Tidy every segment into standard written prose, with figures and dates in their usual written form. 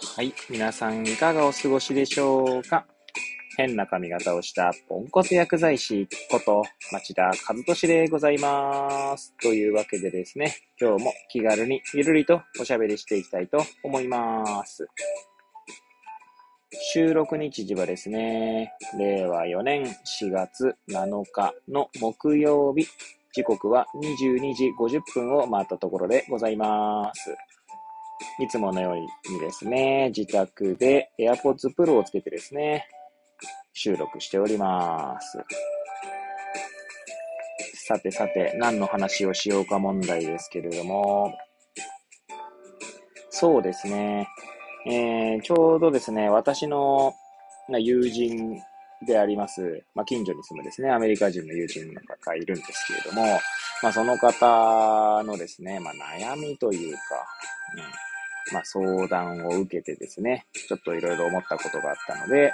はい。皆さんいかがお過ごしでしょうか？変な髪型をしたポンコツ薬剤師こと町田和俊でございます。というわけでですね、今日も気軽にゆるりとおしゃべりしていきたいと思います。収録日時はですね、令和4年4月7日の木曜日、時刻は22時50分を回ったところでございます。いつものようにですね、自宅で AirPods Pro をつけてですね、収録しております。さてさて、何の話をしようか問題ですけれども、そうですね、ちょうどですね、私の友人であります、近所に住むですね、アメリカ人の友人がいるんですけれども、その方のですね、悩みというか、相談を受けてですね、ちょっといろいろ思ったことがあったので、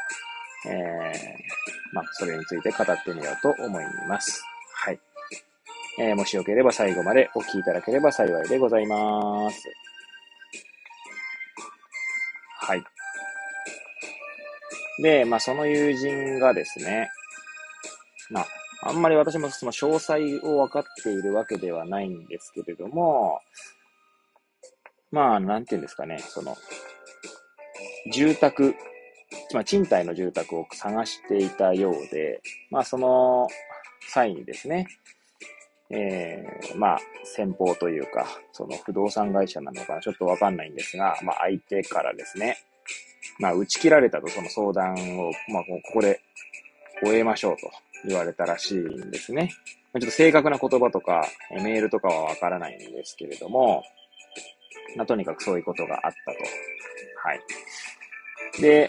それについて語ってみようと思います。はい。もしよければ最後までお聞きいただければ幸いでございます。はい。で、その友人がですね、あんまり私もその詳細を分かっているわけではないんですけれども、なんていうんですかね、住宅、賃貸の住宅を探していたようで、その際にですね、先方というか、その不動産会社なのかな、ちょっとわかんないんですが、相手からですね、打ち切られたと、その相談を、ここで終えましょうと言われたらしいんですね。ちょっと正確な言葉とか、メールとかはわからないんですけれども、とにかくそういうことがあったと。はい。で、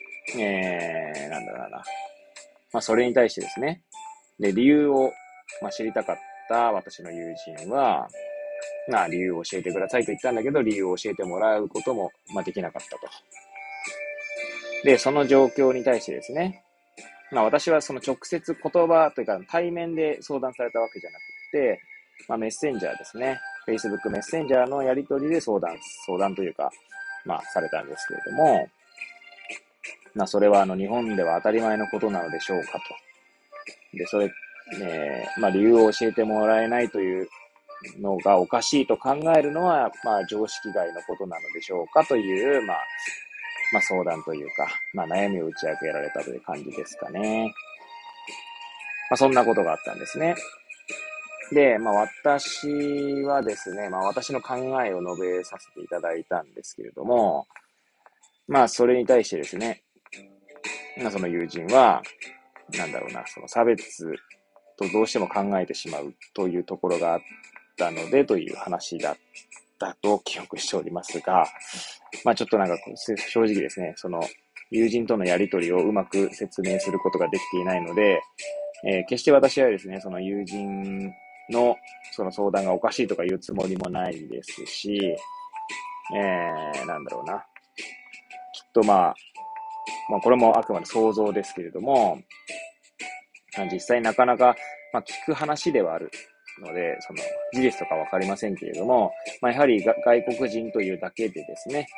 それに対してですね、で、理由を、知りたかった私の友人は、理由を教えてくださいと言ったんだけど、理由を教えてもらうことも、できなかったと。で、その状況に対してですね、私はその直接言葉というか対面で相談されたわけじゃなくて、メッセンジャーですね。Facebook メッセンジャーのやり取りで相談というか、されたんですけれども、それは日本では当たり前のことなのでしょうかと。で、それ、理由を教えてもらえないというのがおかしいと考えるのは、常識外のことなのでしょうかという、相談というか、悩みを打ち明けられたという感じですかね。そんなことがあったんですね。で、私はですね、私の考えを述べさせていただいたんですけれども、それに対してですね、その友人は、その差別とどうしても考えてしまうというところがあったのでという話だったと記憶しておりますが、ちょっと正直ですね、その友人とのやりとりをうまく説明することができていないので、決して私はですね、その友人のその相談がおかしいとか言うつもりもないですし、きっとこれもあくまで想像ですけれども、実際なかなか、聞く話ではあるので、その事実とかわかりませんけれども、やはり外国人というだけでですね、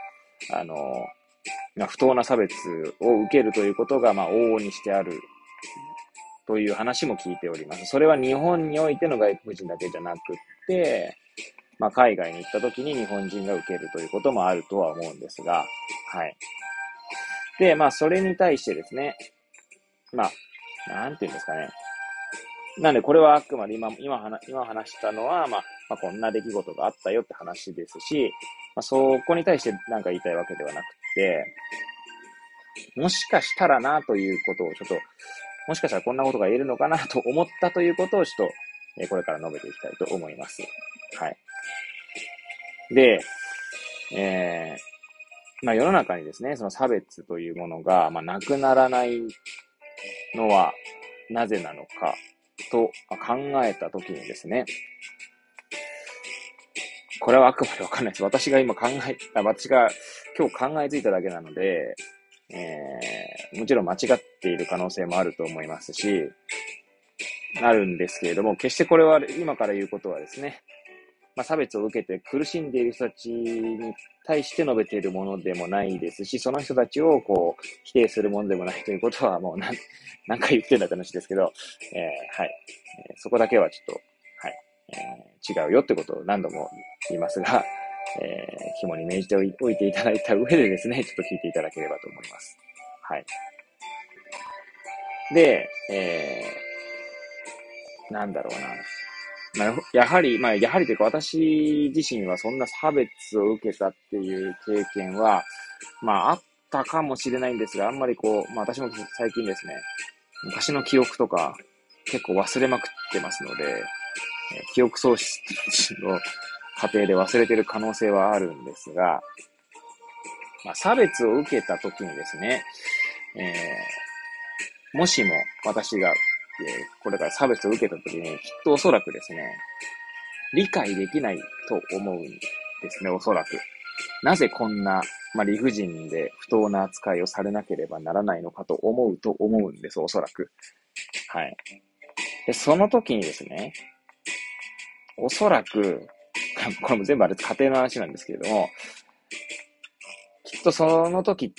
不当な差別を受けるということが、往々にしてあるという話も聞いております。それは日本においての外国人だけじゃなくって、海外に行った時に日本人が受けるということもあるとは思うんですが、はい。で、それに対してですね、なんていうんですかね。なんで、これはあくまで今話したのは、こんな出来事があったよって話ですし、そこに対して何か言いたいわけではなくて、もしかしたらなということをちょっと、もしかしたらこんなことが言えるのかなと思ったということをちょっと、これから述べていきたいと思います。はい。で、世の中にですね、その差別というものが、なくならないのはなぜなのかと考えたときにですね、これはあくまでわかんないです。私が今日考えついただけなので、もちろん間違っている可能性もあると思いますし、あるんですけれども、決してこれは今から言うことはですね、 差別を受けて苦しんでいる人たちに対して述べているものでもないですし、その人たちを否定するものでもないということはもう何回言ってんだって話ですけど、はい。そこだけはちょっと、はい。違うよってことを何度も言いますが、肝に銘じておいていただいた上でですね、ちょっと聞いていただければと思います。はい。で、なんだろうな。やはりというか私自身はそんな差別を受けたっていう経験は、あったかもしれないんですが、あんまり私も最近ですね、昔の記憶とか結構忘れまくってますので、記憶喪失の過程で忘れている可能性はあるんですが、差別を受けた時にですね、もしも私が、これから差別を受けた時に、きっとおそらくですね、理解できないと思うんですね、おそらく。なぜこんな、理不尽で不当な扱いをされなければならないのかと思うんです、おそらく。はい。で、その時にですね、おそらく、これも全部あれ家庭の話なんですけれども、きっとその時って、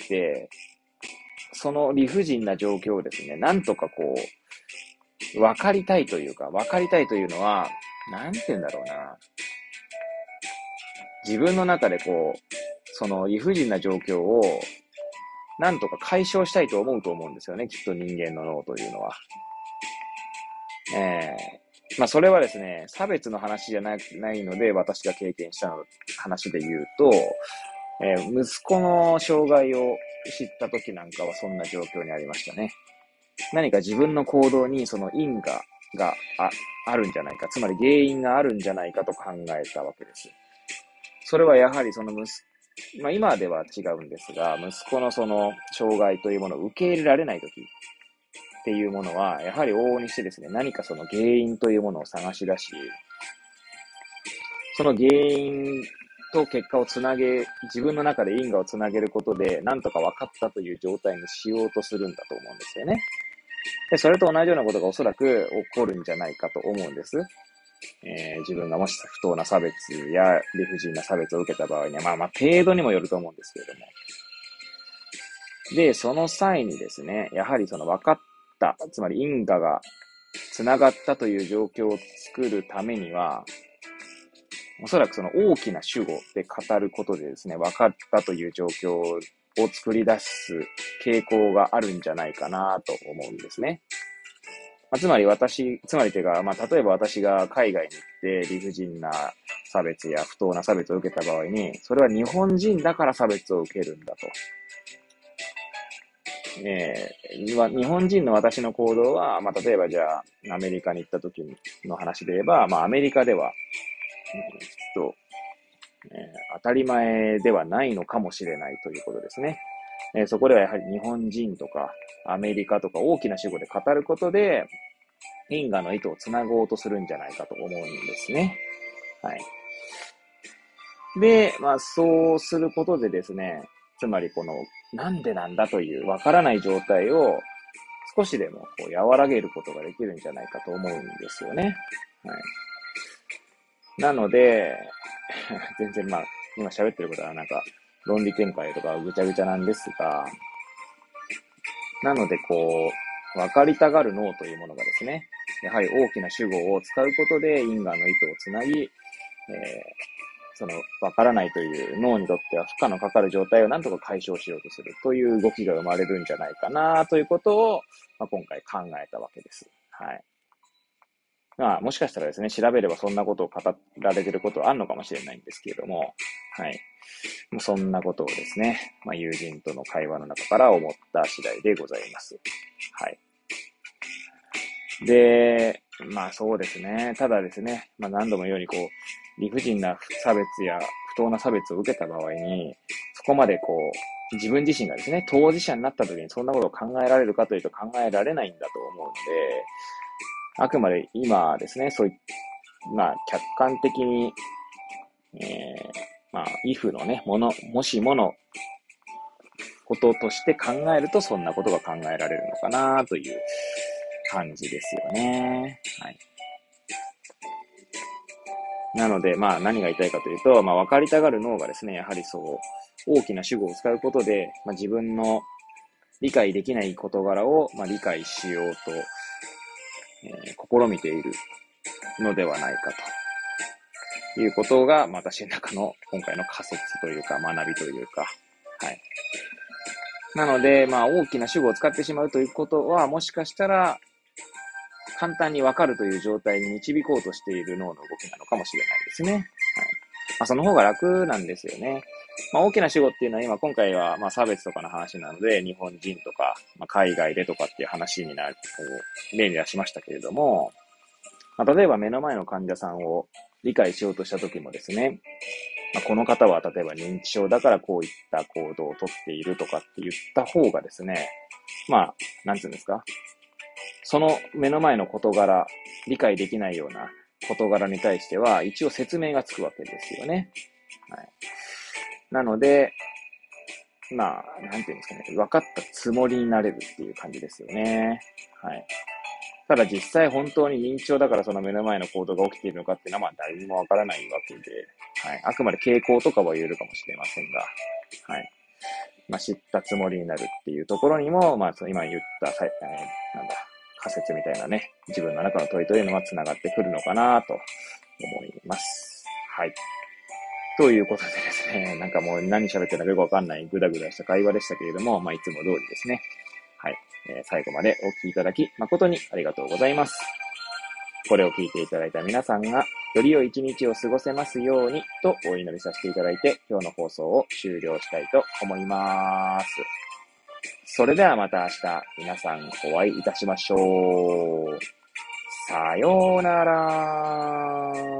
その理不尽な状況をですね、なんとか分かりたいというのは、なんて言うんだろうな。自分の中でその理不尽な状況を、なんとか解消したいと思うと思うんですよね、きっと人間の脳というのは。それはですね、差別の話じゃないので、私が経験した話で言うと、息子の障害を知った時なんかはそんな状況にありましたね。何か自分の行動にその因果があるんじゃないか、つまり原因があるんじゃないかと考えたわけです。それはやはりその今では違うんですが、息子のその障害というものを受け入れられない時っていうものは、やはり往々にしてですね、何かその原因というものを探し出し、その原因と結果を自分の中で因果をつなげることで、なんとか分かったという状態にしようとするんだと思うんですよね。で、それと同じようなことがおそらく起こるんじゃないかと思うんです。自分がもし不当な差別や理不尽な差別を受けた場合には、程度にもよると思うんですけれども。で、その際にですね、やはりその分かった、つまり因果が繋がったという状況を作るためには、おそらくその大きな主語で語ることでですね、分かったという状況を作り出す傾向があるんじゃないかなと思うんですね。つまりというか、例えば私が海外に行って理不尽な差別や不当な差別を受けた場合に、それは日本人だから差別を受けるんだと。日本人の私の行動は、例えばじゃあ、アメリカに行った時の話で言えば、アメリカでは、きっと、当たり前ではないのかもしれないということですね。そこではやはり日本人とかアメリカとか大きな主語で語ることで、因果の糸をつなごうとするんじゃないかと思うんですね。はい。で、そうすることでですね、つまりなんでなんだというわからない状態を少しでも和らげることができるんじゃないかと思うんですよね。はい。なので、全然今喋ってることは論理展開とかぐちゃぐちゃなんですが、なので分かりたがる脳というものがですね、やはり大きな主語を使うことで因果の糸をつなぎ、その分からないという脳にとっては負荷のかかる状態をなんとか解消しようとするという動きが生まれるんじゃないかなということを、今回考えたわけです。はい。もしかしたらですね、調べればそんなことを語られていることはあるのかもしれないんですけれども、はい。もうそんなことをですね、友人との会話の中から思った次第でございます。はい。で、そうですね。ただですね、何度も言うように理不尽な差別や不当な差別を受けた場合に、そこまで自分自身がですね、当事者になった時にそんなことを考えられるかというと考えられないんだと思うので、あくまで今ですね、そうい客観的に、if のね、もしものこととして考えると、そんなことが考えられるのかなという感じですよね。はい。 なので、何が言いたいかというと、分かりたがる脳がですね、やはり大きな主語を使うことで、自分の理解できない事柄を、理解しようと、試みているのではないかということが、私の中の今回の仮説というか、学びというか、はい。なので、大きな主語を使ってしまうということは、もしかしたら、簡単にわかるという状態に導こうとしている脳の動きなのかもしれないですね。はい。その方が楽なんですよね。大きな主語っていうのは今回は差別とかの話なので、日本人とか、海外でとかっていう話になる、例に出しましたけれども、例えば目の前の患者さんを理解しようとした時もですね、この方は例えば認知症だからこういった行動をとっているとかって言った方がですね、なんていうんですか、その目の前の事柄、理解できないような事柄に対しては一応説明がつくわけですよね。はい。なので、なんていうんですかね、分かったつもりになれるっていう感じですよね。はい。ただ実際本当に認知症だからその目の前の行動が起きているのかっていうのは誰にもわからないわけで、はい。あくまで傾向とかは言えるかもしれませんが、はい。知ったつもりになるっていうところにも、今言った仮説みたいなね、自分の中の問いというのは繋がってくるのかなと思います。はい。ということでですね、もう何喋ってるのかよくわかんないグダグダした会話でしたけれども、いつも通りですね。はい。最後までお聞きいただき誠にありがとうございます。これを聞いていただいた皆さんが、より良い一日を過ごせますようにとお祈りさせていただいて、今日の放送を終了したいと思います。それではまた明日、皆さんお会いいたしましょう。さようなら。